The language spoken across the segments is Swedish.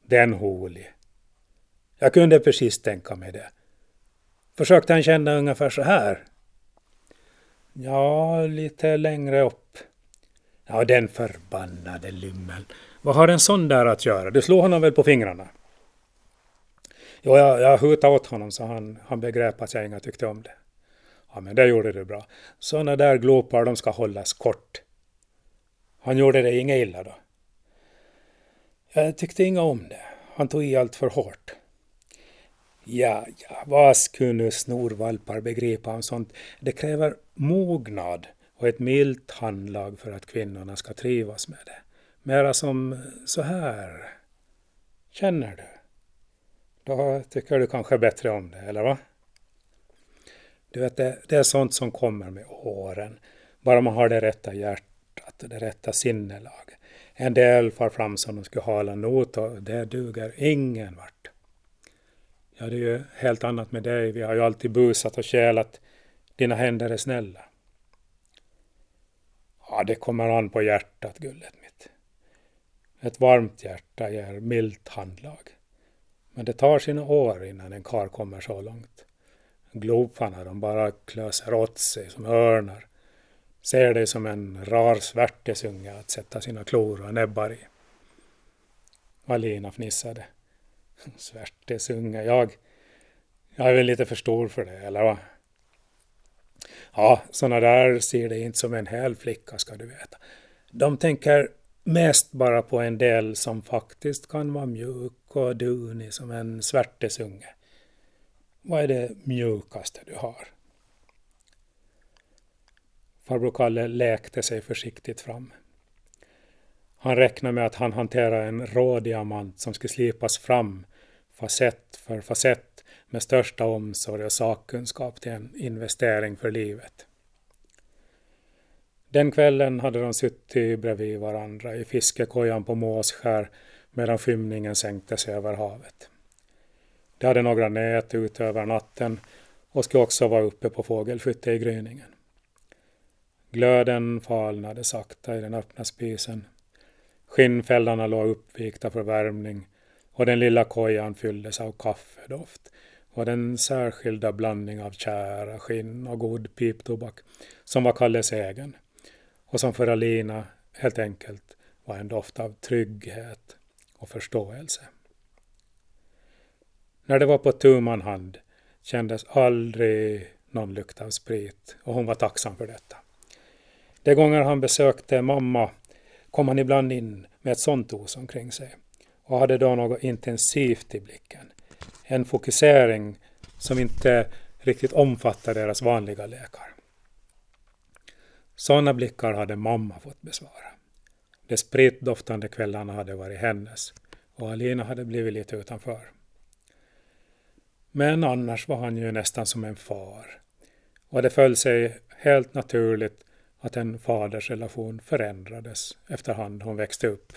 Den holig. Jag kunde precis tänka mig det. Försökte han känna ungefär så här? Ja, lite längre upp. Ja, den förbannade lymmel. Vad har en sån där att göra? Du slog honom väl på fingrarna? Jo, jag hutade åt honom så han begrep att jag inga tyckte om det. Ja, men det gjorde du bra. Såna där glopar, de ska hållas kort. Han gjorde det inga illa då. Jag tyckte inga om det. Han tog i allt för hårt. Ja, vad skulle snorvalpar begripa om sånt? Det kräver mognad och ett milt handlag för att kvinnorna ska trivas med det. Mera som så här. Känner du? Då tycker du kanske bättre om det, eller va? Du vet, det är sånt som kommer med åren. Bara man har det rätta hjärtat, det rätta sinnelag. En del far fram som de skulle hala not och det duger ingen vart. Ja, det är ju helt annat med dig. Vi har ju alltid busat och kälat. Dina händer är snälla. Ja, det kommer an på hjärtat, gullet mitt. Ett varmt hjärta ger milt handlag. Men det tar sina år innan en kar kommer så långt. Gloparna, de bara klöser åt sig som örnar. Ser det som en rar svärtesunge att sätta sina klor och näbbar i. Alina fnissade. Svärtesunge, jag är väl lite för stor för det, eller va? Ja, såna där ser det inte som en hel flicka, ska du veta. De tänker mest bara på en del som faktiskt kan vara mjuk och dunig som en svärtesunge. Vad är det mjukaste du har? Farbror Kalle läkte sig försiktigt fram. Han räknade med att han hanterade en rådiamant som skulle slipas fram facett för facett med största omsorg och sakkunskap till en investering för livet. Den kvällen hade de suttit bredvid varandra i fiskekojan på Måsskär medan skymningen sänkte sig över havet. De hade några nät ut över natten och skulle också vara uppe på fågelfytte i gryningen. Glöden falnade sakta i den öppna spisen. Skinnfällarna låg uppvikta för värmning och den lilla kojan fylldes av kaffedoft och den särskilda blandning av kära skinn och god piptobak som var Kalles egen och som för Alina helt enkelt var en doft av trygghet och förståelse. När det var på tu man hand kändes aldrig någon lukt av sprit och hon var tacksam för detta. De gånger han besökte mamma kom han ibland in med ett sånt os omkring sig och hade då något intensivt i blicken. En fokusering som inte riktigt omfattade deras vanliga lekar. Sådana blickar hade mamma fått besvara. De spritdoftande kvällarna hade varit hennes och Alina hade blivit lite utanför. Men annars var han ju nästan som en far och det föll sig helt naturligt att en faders relation förändrades efterhand hon växte upp.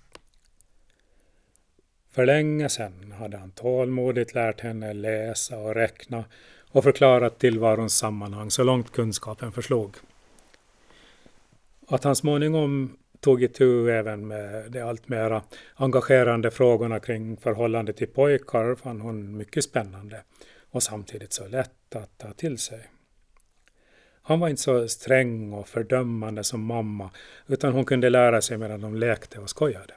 För länge sedan hade han tålmodigt lärt henne läsa och räkna och förklarat tillvarons sammanhang så långt kunskapen förslog. Att han småningom tog itu även med de allt mera engagerande frågorna kring förhållande till pojkar fann hon mycket spännande och samtidigt så lätt att ta till sig. Han var inte så sträng och fördömande som mamma utan hon kunde lära sig medan de lekte och skojade.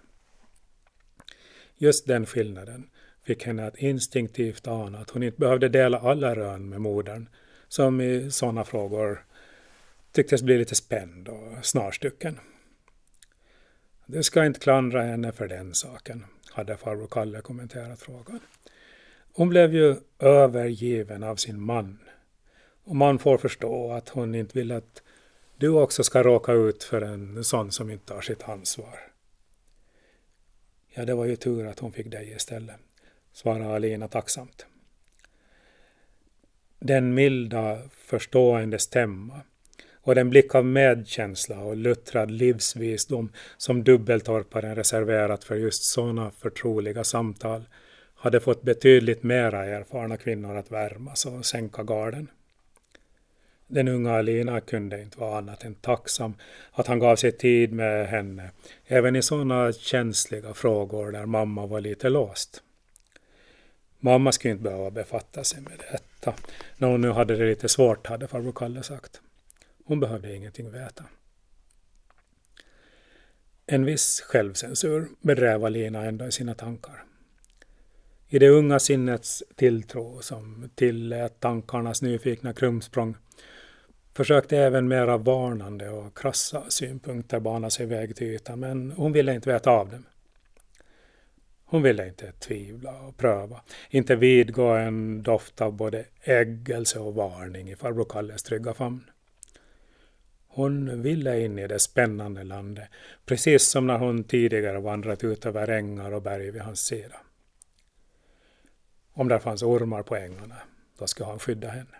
Just den skillnaden fick henne att instinktivt ana att hon inte behövde dela alla rön med modern som i sådana frågor tycktes bli lite spänd och snarstucken. Du ska inte klandra henne för den saken, hade farbror Kalle kommenterat frågan. Hon blev ju övergiven av sin man. Och man får förstå att hon inte vill att du också ska råka ut för en sån som inte tar sitt ansvar. Ja, det var ju tur att hon fick dig istället, svarade Alina tacksamt. Den milda, förstående stämma och den blick av medkänsla och luttrad livsvisdom som dubbeltorparen reserverat för just sådana förtroliga samtal hade fått betydligt mera erfarna kvinnor att värmas och sänka garden. Den unga Alina kunde inte vara annat än tacksam att han gav sig tid med henne, även i sådana känsliga frågor där mamma var lite låst. Mamma skulle inte behöva befatta sig med detta. När hon nu hade det lite svårt, hade farbror Kalle sagt. Hon behövde ingenting veta. En viss självcensur bedrev Alina ändå i sina tankar. I det unga sinnets tilltro som tillät tankarnas nyfikna krumsprång försökte även mera varnande och krassa synpunkter bana sig väg till ytan, men hon ville inte veta av dem. Hon ville inte tvivla och pröva, inte vidgå en doft av både äggelse och varning i farbror Kalles trygga famn. Hon ville in i det spännande landet, precis som när hon tidigare vandrat ut över ängar och berg vid hans sida. Om där fanns ormar på ängarna, då skulle han skydda henne.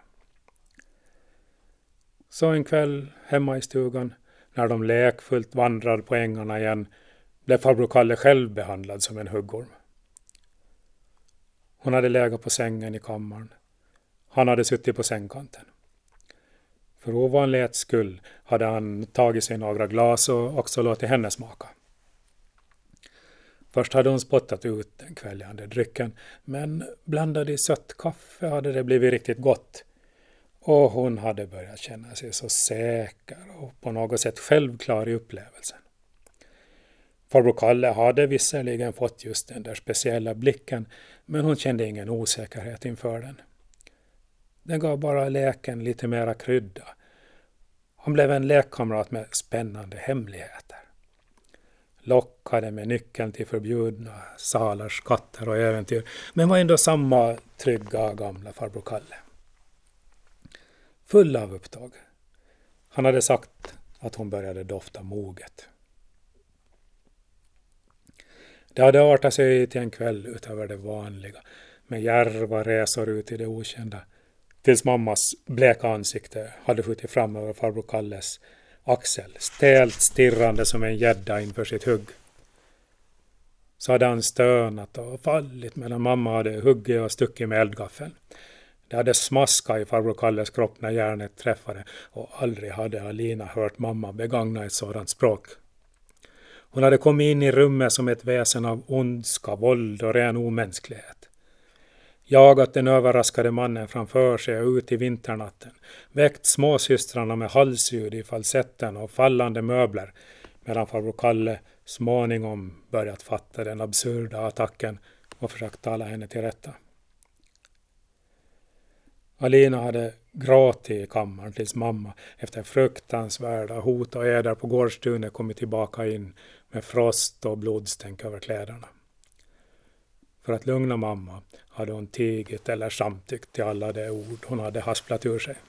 Så en kväll hemma i stugan, när de lekfullt vandrade på ängarna igen, blev farbror Kalle själv behandlad som en huggorm. Hon hade legat på sängen i kammaren. Han hade suttit på sängkanten. För ovanlighets skull hade han tagit sig några glas och också låtit henne smaka. Först hade hon spottat ut den kväljande drycken, men blandad i sött kaffe hade det blivit riktigt gott. Och hon hade börjat känna sig så säker och på något sätt självklar i upplevelsen. Farbror Kalle hade visserligen fått just den där speciella blicken, men hon kände ingen osäkerhet inför den. Den gav bara leken lite mera krydda. Han blev en lekkamrat med spännande hemligheter. Lockade med nyckeln till förbjudna salars, skatter och äventyr, men var ändå samma trygga gamla farbror Kalle. Full av upptag. Han hade sagt att hon började dofta moget. Det hade artat sig till en kväll utöver det vanliga, med djärva resor ut i det okända, tills mammas bleka ansikte hade skjutit fram över farbror Kalles axel, stelt stirrande som en gädda inför sitt hugg. Så hade han stönat och fallit medan mamma hade huggit och stuckit med eldgaffeln. Det hade smaskat i farbror Kalles kropp när järnet träffade, och aldrig hade Alina hört mamma begagna ett sådant språk. Hon hade kommit in i rummet som ett väsen av ondska, våld och ren omänsklighet. Jagat den överraskade mannen framför sig och ut i vinternatten, väckt småsystrarna med halsljud i falsetten och fallande möbler, medan farbror Kalle småningom börjat fatta den absurda attacken och försökt tala henne till rätta. Alina hade gråtit i kammaren tills mamma efter fruktansvärda hot och eder på gårdstunet kommit tillbaka in med frost och blodstänk över kläderna. För att lugna mamma hade hon tigit eller samtyckt till alla de ord hon hade hasplat ur sig.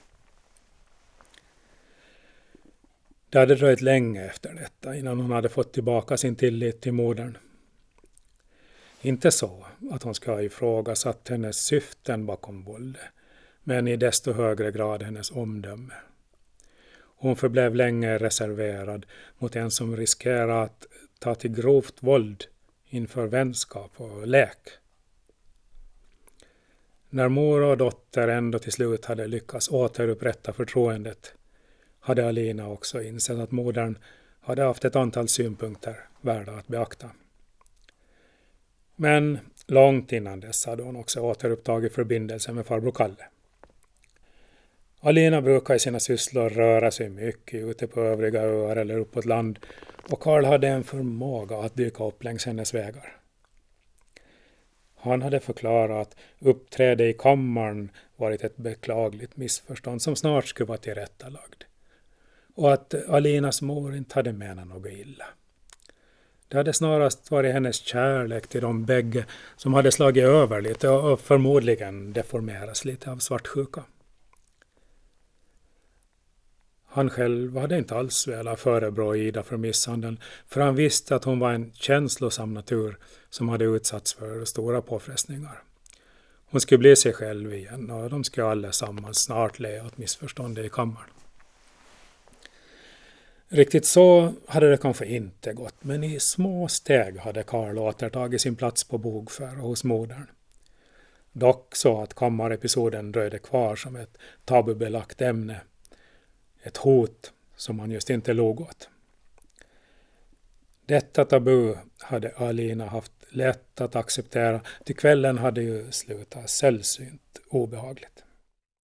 Det hade dröjt länge efter detta innan hon hade fått tillbaka sin tillit till modern. Inte så att hon ska ha ifrågasatt hennes syften bakom våldet, men i desto högre grad hennes omdöme. Hon förblev länge reserverad mot en som riskerar att ta till grovt våld inför vänskap och lek. När mor och dotter ändå till slut hade lyckats återupprätta förtroendet, hade Alina också insett att modern hade haft ett antal synpunkter värda att beakta. Men långt innan dess hade hon också återupptagit förbindelsen med farbror Kalle. Alina brukade i sina sysslor röra sig mycket ute på övriga öar eller uppåt land, och Karl hade en förmåga att dyka upp längs hennes vägar. Han hade förklarat att uppträde i kammaren varit ett beklagligt missförstånd som snart skulle vara tillrättalagd, och att Alinas mor inte hade menat något illa. Det hade snarast varit hennes kärlek till de bägge som hade slagit över lite och förmodligen deformeras lite av svartsjuka. Han själv hade inte alls velat förebrå Ida för misshandeln, för han visste att hon var en känslosam natur som hade utsatts för stora påfrestningar. Hon skulle bli sig själv igen, och de skulle allesammans snart le åt missförståndet i kammaren. Riktigt så hade det kanske inte gått, men i små steg hade Karl återtagit sin plats på bogför och hos modern. Dock så att kammarepisoden dröjde kvar som ett tabubelagt ämne, ett hot som han just inte låg åt. Detta tabu hade Alina haft lätt att acceptera, till kvällen hade ju slutat sällsynt obehagligt.